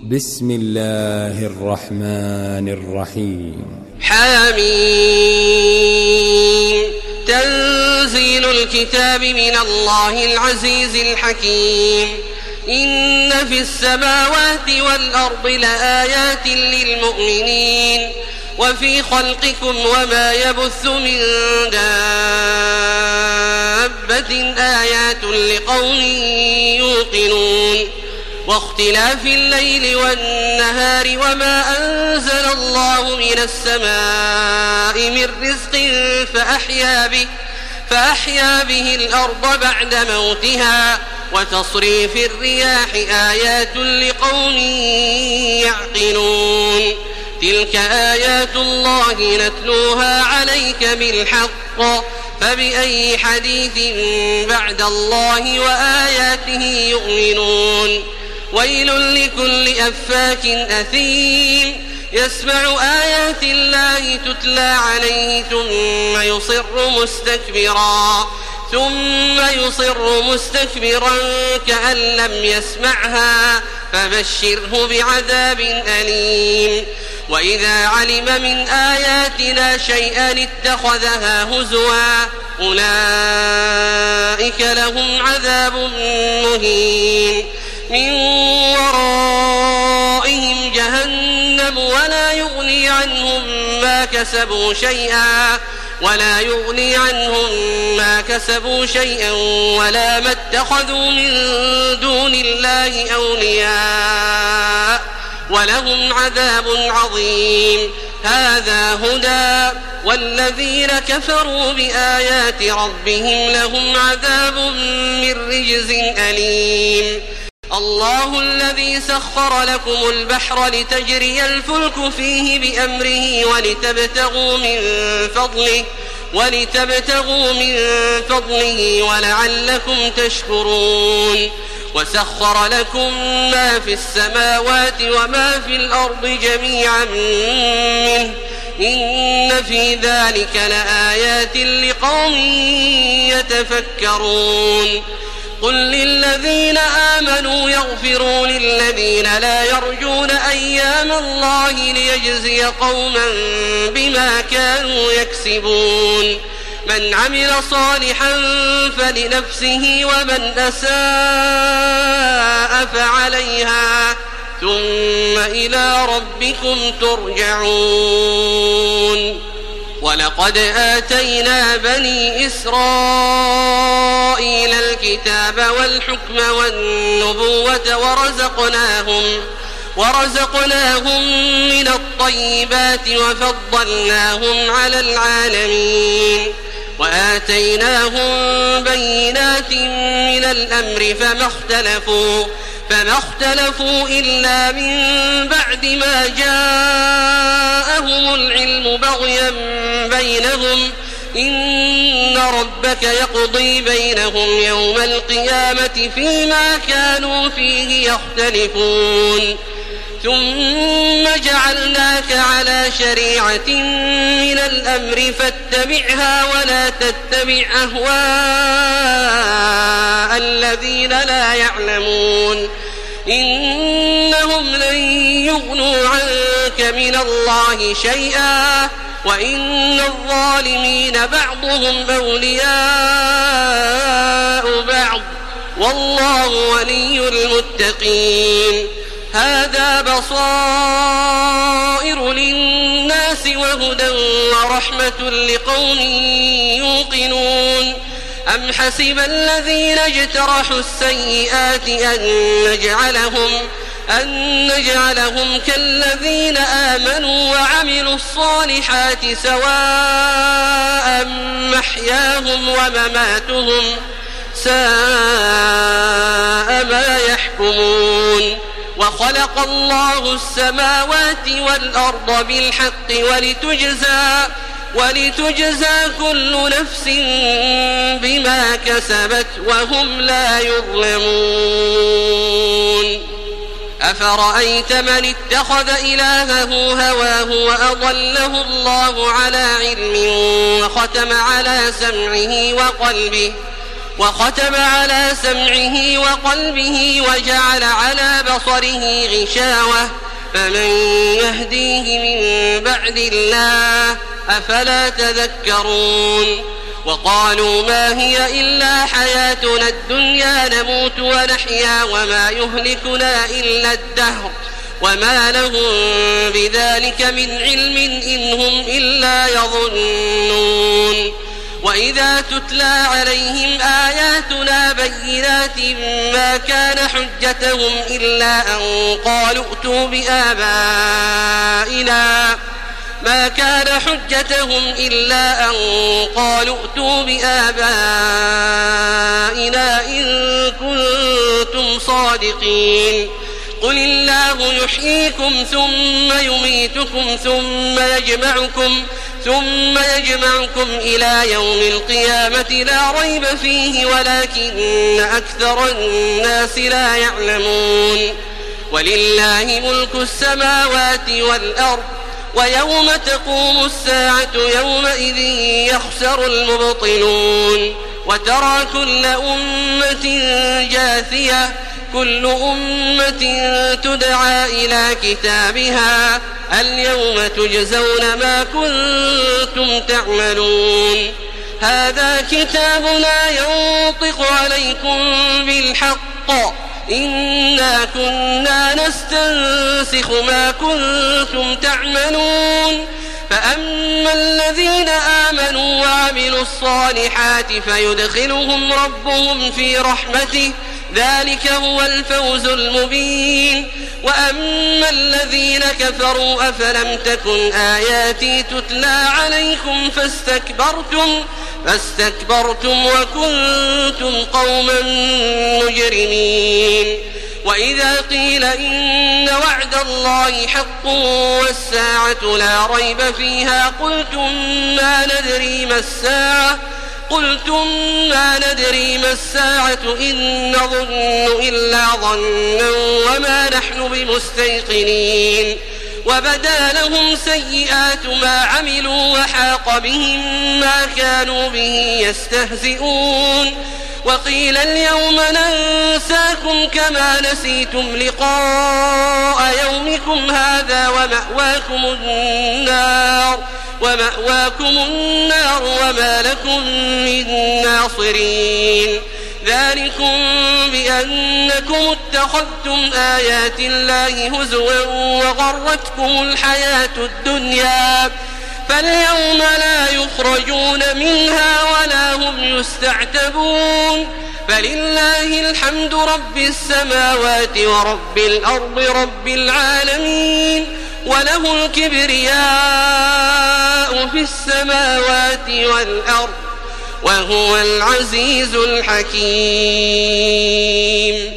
بسم الله الرحمن الرحيم. حميم. تنزيل الكتاب من الله العزيز الحكيم. إن في السماوات والأرض لآيات للمؤمنين وفي خلقكم وما يبث من دابة آيات لقوم يوقنون. واختلاف الليل والنهار وما أنزل الله من السماء من رزق فأحيا به الأرض بعد موتها وتصريف الرياح آيات لقوم يعقلون. تلك آيات الله نتلوها عليك بالحق فبأي حديث بعد الله وآياته يؤمنون. ويل لكل أفاك أثيم يسمع آيات الله تتلى عليه ثم يصر مستكبرا كأن لم يسمعها فبشره بعذاب أليم. وإذا علم من آياتنا شيئا اتخذها هزوا أولئك لهم عذاب مهين. من ورائهم جهنم ولا يغني عنهم ما كسبوا شيئا ولا ما اتخذوا من دون الله أولياء ولهم عذاب عظيم. هذا هدى والذين كفروا بآيات ربهم لهم عذاب من رجز أليم. الله الذي سخر لكم البحر لتجري الفلك فيه بأمره ولتبتغوا من فضله ولعلكم تشكرون. وسخر لكم ما في السماوات وما في الأرض جميعا منه إن في ذلك لآيات لقوم يتفكرون. قل للذين آمنوا يغفروا للذين لا يرجون أيام الله ليجزي قوما بما كانوا يكسبون. من عمل صالحا فلنفسه ومن أساء فعليها ثم إلى ربكم ترجعون. ولقد آتينا بني إسرائيل الكتاب والحكم والنبوة ورزقناهم من الطيبات وفضلناهم على العالمين. وآتيناهم بينات من الأمر فما اختلفوا إلا من بعد ما جاءهم العلم بغيا بينهم. إن ربك يقضي بينهم يوم القيامة فيما كانوا فيه يختلفون. ثم جعلناك على شريعة من الأمر فاتبعها ولا تتبع أهواء الذين لا يعلمون. إنهم لن يغنوا عنك من الله شيئا وإن الظالمين بعضهم أولياء بعض والله ولي المتقين. هذا بصائر للناس وهدى ورحمة لقوم يوقنون. أم حسب الذين اجترحوا السيئات أن نجعلهم كالذين آمنوا وعملوا الصالحات سواء محياهم ومماتهم ساء ما يحكمون. وخلق الله السماوات والأرض بالحق ولتجزى كل نفس بما كسبت وهم لا يظلمون. أفرأيت من اتخذ إلهه هواه وأضله الله على علم وختم على سمعه وختم على سمعه وقلبه وجعل على بصره غشاوة فمن يهديه من بعد الله أفلا تذكرون وقالوا ما هي إلا حياتنا الدنيا نموت ونحيا وما يهلكنا إلا الدهر وما لهم بذلك من علم إن هم إلا يظنون وإذا تتلى عليهم آياتنا بينات ما كان حجتهم إلا أن قالوا ائتوا بآبائنا إن كنتم صادقين قل الله يحييكم ثم يميتكم ثم يجمعكم إلى يوم القيامة لا ريب فيه ولكن أكثر الناس لا يعلمون ولله ملك السماوات والأرض ويوم تقوم الساعة يومئذ يخسر المبطلون وترى كل أمة جاثية كل أمة تدعى إلى كتابها اليوم تجزون ما كنتم تعملون هذا كتابنا ينطق عليكم بالحق إنا كنا نستنسخ ما كنتم تعملون فأما الذين آمنوا وعملوا الصالحات فيدخلهم ربهم في رحمته ذلك هو الفوز المبين وأما الذين كفروا أفلم تكن آياتي تتلى عليكم فاستكبرتم وكنتم قوما مجرمين وإذا قيل إن وعد الله حق والساعة لا ريب فيها قلتم ما ندري ما الساعة إن نظن إلا ظنا وما نحن بمستيقنين وبدا لهم سيئات ما عملوا وحاق بهم ما كانوا به يستهزئون وقيل اليوم ننساكم كما نسيتم لقاء يومكم هذا ومأواكم النار وما لكم من ناصرين ذلكم بأنكم اتخذتم آيات الله هزوا وغرتكم الحياة الدنيا فاليوم لا يخرجون منها ولا هم يستعتبون فلله الحمد رب السماوات ورب الأرض رب العالمين وله الكبرياء في السماوات والأرض وهو العزيز الحكيم